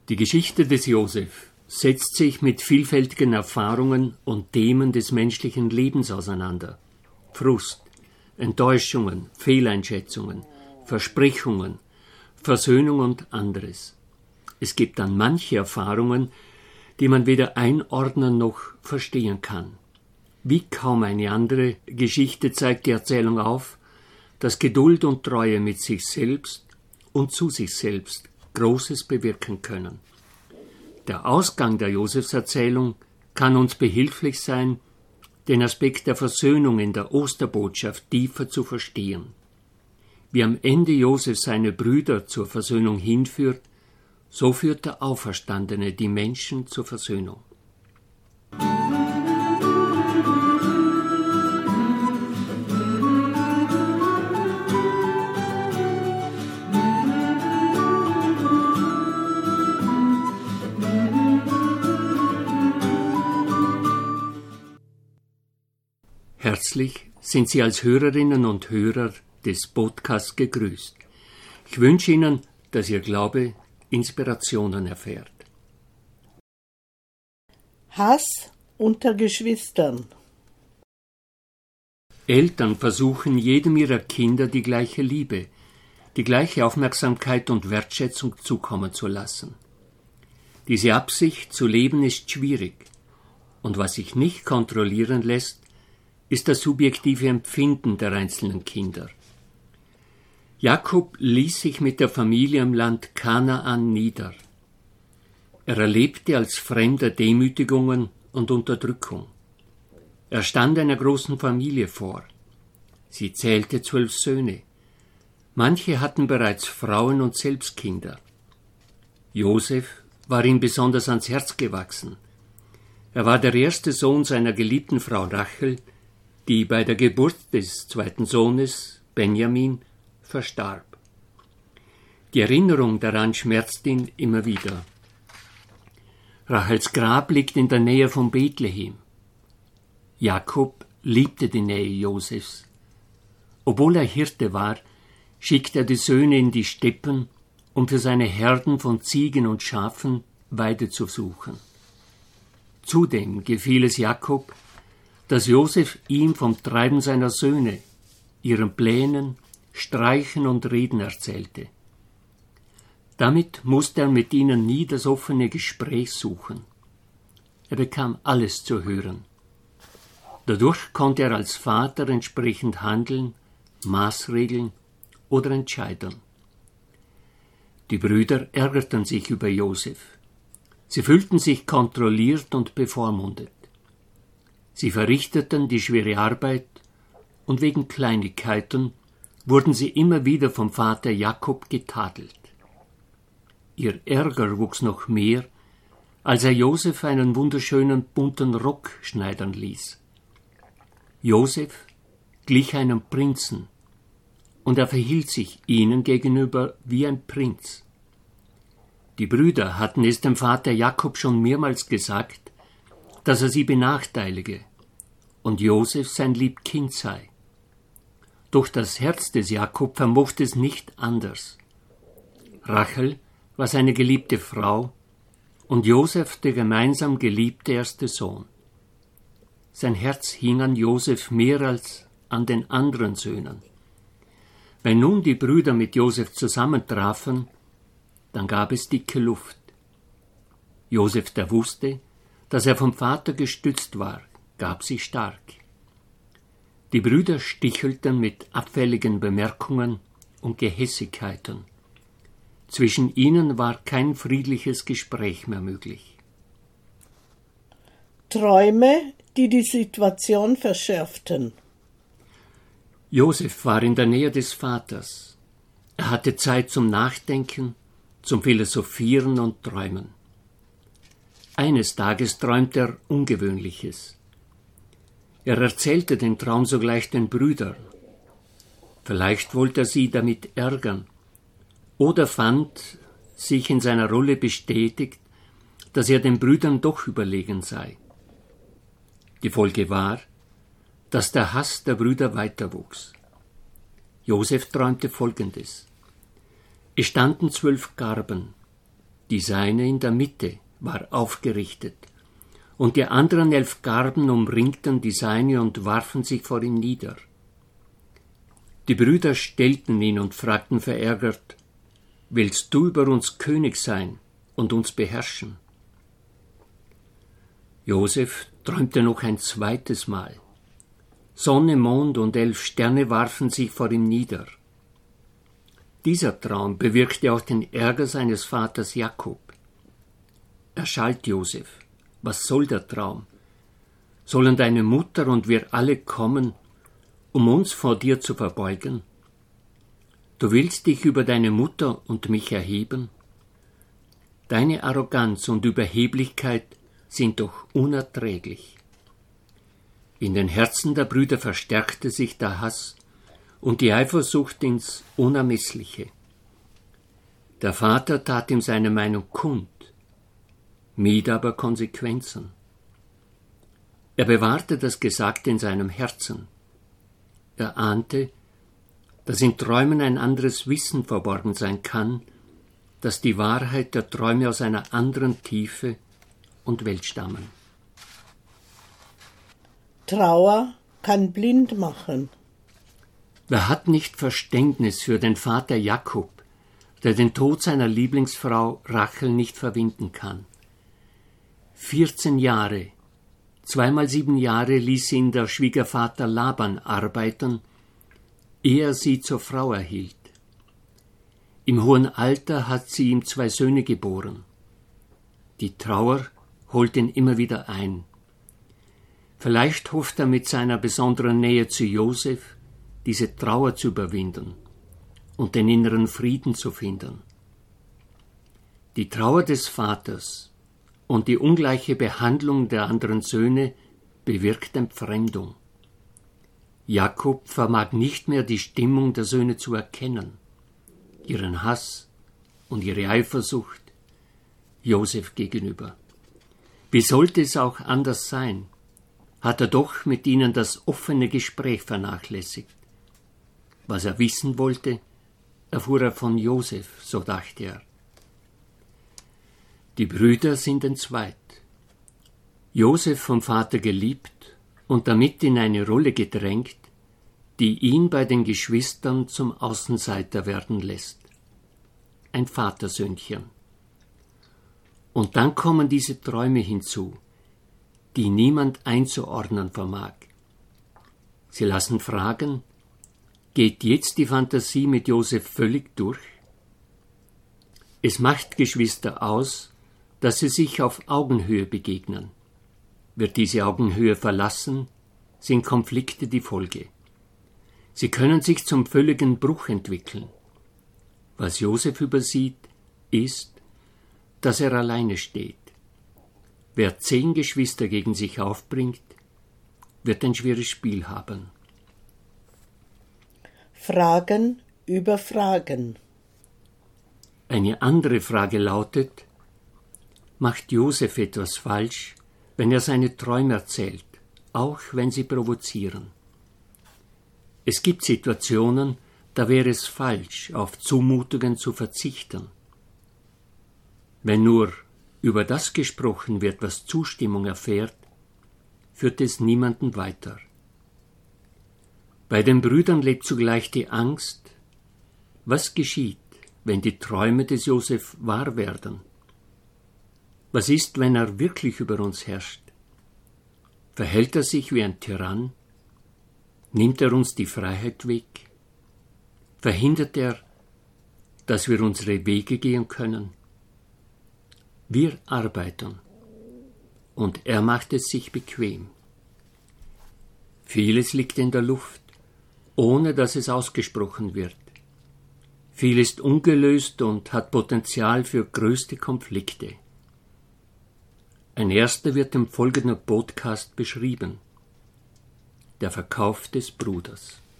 Die Geschichte des Josef setzt sich mit vielfältigen Erfahrungen und Themen des menschlichen Lebens auseinander. Frust, Enttäuschungen, Fehleinschätzungen, Versprechungen, Versöhnung und anderes. Es gibt dann manche Erfahrungen, die man weder einordnen noch verstehen kann. Wie kaum eine andere Geschichte zeigt die Erzählung auf, dass Geduld und Treue mit sich selbst und zu sich selbst Großes bewirken können. Der Ausgang der Josefserzählung kann uns behilflich sein, den Aspekt der Versöhnung in der Osterbotschaft tiefer zu verstehen. Wie am Ende Josef seine Brüder zur Versöhnung hinführt, so führt der Auferstandene die Menschen zur Versöhnung. Herzlich sind Sie als Hörerinnen und Hörer des Podcasts gegrüßt. Ich wünsche Ihnen, dass Ihr Glaube Inspirationen erfährt. Hass unter Geschwistern. Eltern versuchen jedem ihrer Kinder die gleiche Liebe, die gleiche Aufmerksamkeit und Wertschätzung zukommen zu lassen. Diese Absicht zu leben ist schwierig, und was sich nicht kontrollieren lässt, ist das subjektive Empfinden der einzelnen Kinder. Jakob ließ sich mit der Familie im Land Kanaan nieder. Er erlebte als Fremder Demütigungen und Unterdrückung. Er stand einer großen Familie vor. Sie zählte 12 Söhne. Manche hatten bereits Frauen und selbst Kinder. Josef war ihm besonders ans Herz gewachsen. Er war der erste Sohn seiner geliebten Frau Rachel, die bei der Geburt des zweiten Sohnes, Benjamin, verstarb. Die Erinnerung daran schmerzt ihn immer wieder. Rachels Grab liegt in der Nähe von Bethlehem. Jakob liebte die Nähe Josefs. Obwohl er Hirte war, schickte er die Söhne in die Steppen, um für seine Herden von Ziegen und Schafen Weide zu suchen. Zudem gefiel es Jakob, dass Josef ihm vom Treiben seiner Söhne, ihren Plänen, Streichen und Reden erzählte. Damit musste er mit ihnen nie das offene Gespräch suchen. Er bekam alles zu hören. Dadurch konnte er als Vater entsprechend handeln, maßregeln oder entscheiden. Die Brüder ärgerten sich über Josef. Sie fühlten sich kontrolliert und bevormundet. Sie verrichteten die schwere Arbeit und wegen Kleinigkeiten wurden sie immer wieder vom Vater Jakob getadelt. Ihr Ärger wuchs noch mehr, als er Josef einen wunderschönen bunten Rock schneidern ließ. Josef glich einem Prinzen, und er verhielt sich ihnen gegenüber wie ein Prinz. Die Brüder hatten es dem Vater Jakob schon mehrmals gesagt, dass er sie benachteilige und Josef sein Liebkind sei. Doch das Herz des Jakob vermochte es nicht anders. Rachel war seine geliebte Frau und Josef der gemeinsam geliebte erste Sohn. Sein Herz hing an Josef mehr als an den anderen Söhnen. Wenn nun die Brüder mit Josef zusammentrafen, dann gab es dicke Luft. Josef, der wusste, dass er vom Vater gestützt war, gab sich stark. Die Brüder stichelten mit abfälligen Bemerkungen und Gehässigkeiten. Zwischen ihnen war kein friedliches Gespräch mehr möglich. Träume, die die Situation verschärften. Josef war in der Nähe des Vaters. Er hatte Zeit zum Nachdenken, zum Philosophieren und Träumen. Eines Tages träumte er Ungewöhnliches. Er erzählte den Traum sogleich den Brüdern. Vielleicht wollte er sie damit ärgern oder fand sich in seiner Rolle bestätigt, dass er den Brüdern doch überlegen sei. Die Folge war, dass der Hass der Brüder weiterwuchs. Josef träumte Folgendes. Es standen 12 Garben. Die seine in der Mitte war aufgerichtet, und die anderen 11 Garben umringten die seine und warfen sich vor ihm nieder. Die Brüder stellten ihn und fragten verärgert: Willst du über uns König sein und uns beherrschen? Josef träumte noch ein zweites Mal. Sonne, Mond und 11 Sterne warfen sich vor ihm nieder. Dieser Traum bewirkte auch den Ärger seines Vaters Jakob. Er schalt Josef: Was soll der Traum? Sollen deine Mutter und wir alle kommen, um uns vor dir zu verbeugen? Du willst dich über deine Mutter und mich erheben? Deine Arroganz und Überheblichkeit sind doch unerträglich. In den Herzen der Brüder verstärkte sich der Hass und die Eifersucht ins Unermessliche. Der Vater tat ihm seine Meinung kund, mied aber Konsequenzen. Er bewahrte das Gesagte in seinem Herzen. Er ahnte, dass in Träumen ein anderes Wissen verborgen sein kann, dass die Wahrheit der Träume aus einer anderen Tiefe und Welt stammen. Trauer kann blind machen. Wer hat nicht Verständnis für den Vater Jakob, der den Tod seiner Lieblingsfrau Rachel nicht verwinden kann? 14 Jahre, 2x7 Jahre ließ ihn der Schwiegervater Laban arbeiten, ehe er sie zur Frau erhielt. Im hohen Alter hat sie ihm 2 Söhne geboren. Die Trauer holt ihn immer wieder ein. Vielleicht hofft er mit seiner besonderen Nähe zu Josef, diese Trauer zu überwinden und den inneren Frieden zu finden. Die Trauer des Vaters und die ungleiche Behandlung der anderen Söhne bewirkt Entfremdung. Jakob vermag nicht mehr die Stimmung der Söhne zu erkennen, ihren Hass und ihre Eifersucht Josef gegenüber. Wie sollte es auch anders sein, hat er doch mit ihnen das offene Gespräch vernachlässigt. Was er wissen wollte, erfuhr er von Josef, so dachte er. Die Brüder sind entzweit. Josef vom Vater geliebt und damit in eine Rolle gedrängt, die ihn bei den Geschwistern zum Außenseiter werden lässt. Ein Vatersöhnchen. Und dann kommen diese Träume hinzu, die niemand einzuordnen vermag. Sie lassen fragen: Geht jetzt die Fantasie mit Josef völlig durch? Es macht Geschwister aus, dass sie sich auf Augenhöhe begegnen. Wird diese Augenhöhe verlassen, sind Konflikte die Folge. Sie können sich zum völligen Bruch entwickeln. Was Josef übersieht, ist, dass er alleine steht. Wer 10 Geschwister gegen sich aufbringt, wird ein schweres Spiel haben. Fragen über Fragen. Eine andere Frage lautet: Macht Josef etwas falsch, wenn er seine Träume erzählt, auch wenn sie provozieren? Es gibt Situationen, da wäre es falsch, auf Zumutungen zu verzichten. Wenn nur über das gesprochen wird, was Zustimmung erfährt, führt es niemanden weiter. Bei den Brüdern lebt zugleich die Angst: Was geschieht, wenn die Träume des Josef wahr werden? Was ist, wenn er wirklich über uns herrscht? Verhält er sich wie ein Tyrann? Nimmt er uns die Freiheit weg? Verhindert er, dass wir unsere Wege gehen können? Wir arbeiten, und er macht es sich bequem. Vieles liegt in der Luft, ohne dass es ausgesprochen wird. Viel ist ungelöst und hat Potenzial für größte Konflikte. Ein erster wird im folgenden Podcast beschrieben: Der Verkauf des Bruders.